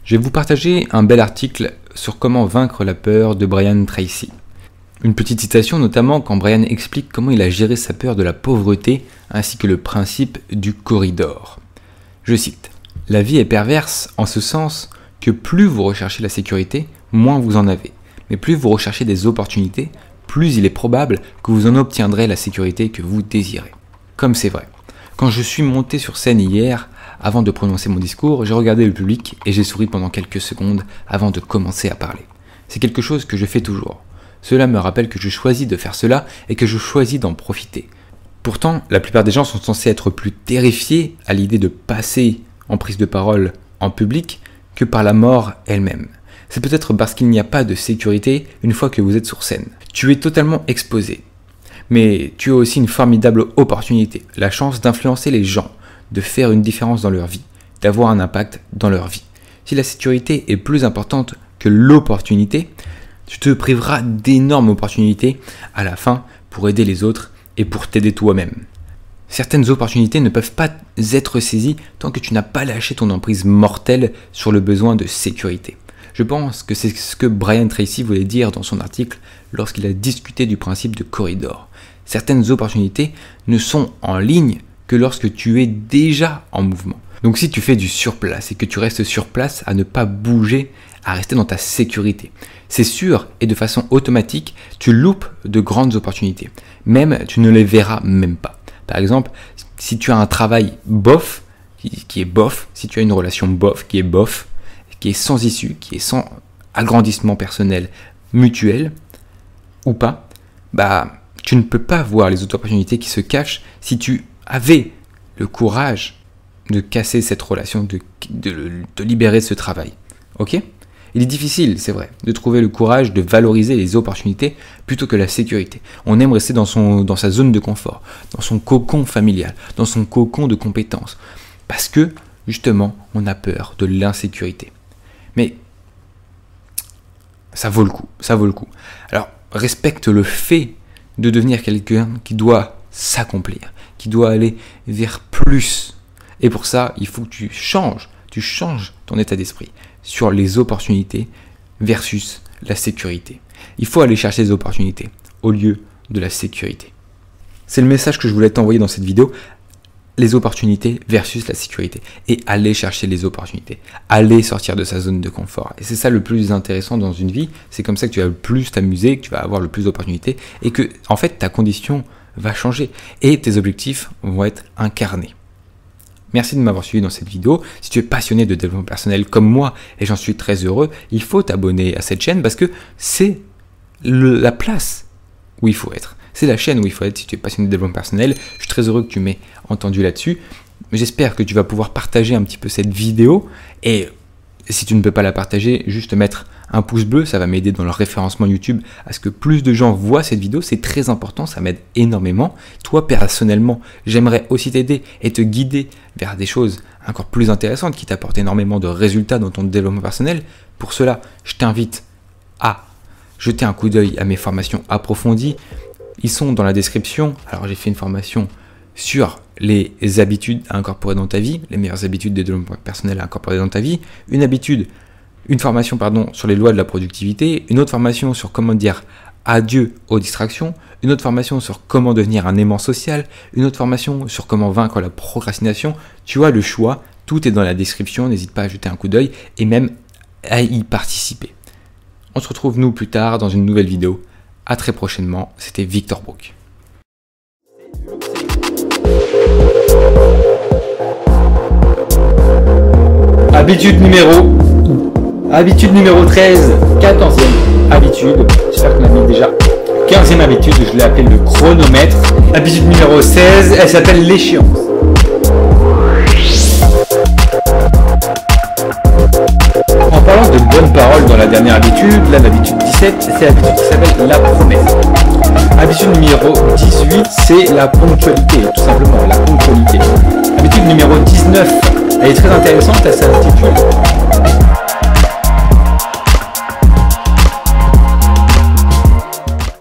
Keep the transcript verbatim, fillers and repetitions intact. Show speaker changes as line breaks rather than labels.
Je vais vous partager un bel article sur comment vaincre la peur de Brian Tracy. Une petite citation notamment quand Brian explique comment il a géré sa peur de la pauvreté ainsi que le principe du corridor. Je cite : « La vie est perverse en ce sens que plus vous recherchez la sécurité, moins vous en avez. Mais plus vous recherchez des opportunités, plus il est probable que vous en obtiendrez la sécurité que vous désirez. » Comme c'est vrai. Quand je suis monté sur scène hier, avant de prononcer mon discours, j'ai regardé le public et j'ai souri pendant quelques secondes avant de commencer à parler. C'est quelque chose que je fais toujours. Cela me rappelle que je choisis de faire cela et que je choisis d'en profiter. Pourtant, la plupart des gens sont censés être plus terrifiés à l'idée de passer en prise de parole en public que par la mort elle-même. C'est peut-être parce qu'il n'y a pas de sécurité une fois que vous êtes sur scène. Tu es totalement exposé. Mais tu as aussi une formidable opportunité, la chance d'influencer les gens, de faire une différence dans leur vie, d'avoir un impact dans leur vie. Si la sécurité est plus importante que l'opportunité, tu te priveras d'énormes opportunités à la fin pour aider les autres et pour t'aider toi-même. Certaines opportunités ne peuvent pas être saisies tant que tu n'as pas lâché ton emprise mortelle sur le besoin de sécurité. Je pense que c'est ce que Brian Tracy voulait dire dans son article lorsqu'il a discuté du principe de corridor. Certaines opportunités ne sont en ligne que lorsque tu es déjà en mouvement. Donc si tu fais du surplace et que tu restes sur place à ne pas bouger, à rester dans ta sécurité, c'est sûr et de façon automatique, tu loupes de grandes opportunités. Même tu ne les verras même pas. Par exemple, si tu as un travail bof, qui, qui est bof, si tu as une relation bof, qui est bof, qui est sans issue, qui est sans agrandissement personnel mutuel, ou pas, bah tu ne peux pas voir les autres opportunités qui se cachent si tu avais le courage de casser cette relation, de, de, de libérer ce travail. Ok ? Il est difficile, c'est vrai, de trouver le courage de valoriser les opportunités plutôt que la sécurité. On aime rester dans, son, dans sa zone de confort, dans son cocon familial, dans son cocon de compétences, parce que, justement, on a peur de l'insécurité. Mais ça vaut le coup, ça vaut le coup. Alors, respecte le fait de devenir quelqu'un qui doit s'accomplir, qui doit aller vers plus. Et pour ça, il faut que tu changes, tu changes ton état d'esprit sur les opportunités versus la sécurité. Il faut aller chercher les opportunités au lieu de la sécurité. C'est le message que je voulais t'envoyer dans cette vidéo. Les opportunités versus la sécurité. Et aller chercher les opportunités. Aller sortir de sa zone de confort. Et c'est ça le plus intéressant dans une vie. C'est comme ça que tu vas le plus t'amuser, que tu vas avoir le plus d'opportunités. Et que, en fait, ta condition va changer. Et tes objectifs vont être incarnés. Merci de m'avoir suivi dans cette vidéo. Si tu es passionné de développement personnel comme moi, et j'en suis très heureux, il faut t'abonner à cette chaîne parce que c'est le, la place où il faut être. C'est la chaîne où il faut être si tu es passionné de développement personnel. Je suis très heureux que tu m'aies entendu là-dessus. J'espère que tu vas pouvoir partager un petit peu cette vidéo. Et si tu ne peux pas la partager, juste mettre un pouce bleu, ça va m'aider dans le référencement YouTube à ce que plus de gens voient cette vidéo. C'est très important, ça m'aide énormément. Toi, personnellement, j'aimerais aussi t'aider et te guider vers des choses encore plus intéressantes qui t'apportent énormément de résultats dans ton développement personnel. Pour cela, je t'invite à jeter un coup d'œil à mes formations approfondies. Ils sont dans la description. Alors, j'ai fait une formation sur les habitudes à incorporer dans ta vie, les meilleures habitudes de développement personnel à incorporer dans ta vie, une habitude, une formation pardon, sur les lois de la productivité, une autre formation sur comment dire adieu aux distractions, une autre formation sur comment devenir un aimant social, une autre formation sur comment vaincre la procrastination. Tu as le choix, tout est dans la description, n'hésite pas à jeter un coup d'œil et même à y participer. On se retrouve nous plus tard dans une nouvelle vidéo. À très prochainement, c'était Victor Brook. Habitude numéro Habitude numéro treize, quatorzième habitude. J'espère qu'on a mis déjà quinzième habitude, je l'ai appelée le chronomètre. Habitude numéro seize, elle s'appelle l'échéance. En parlant de bonnes paroles dans la dernière habitude, là l'habitude dix-sept, c'est l'habitude qui s'appelle la promesse. Habitude numéro dix-huit, c'est la ponctualité, tout simplement, la ponctualité. Habitude numéro dix-neuf, elle est très intéressante, elle s'intitule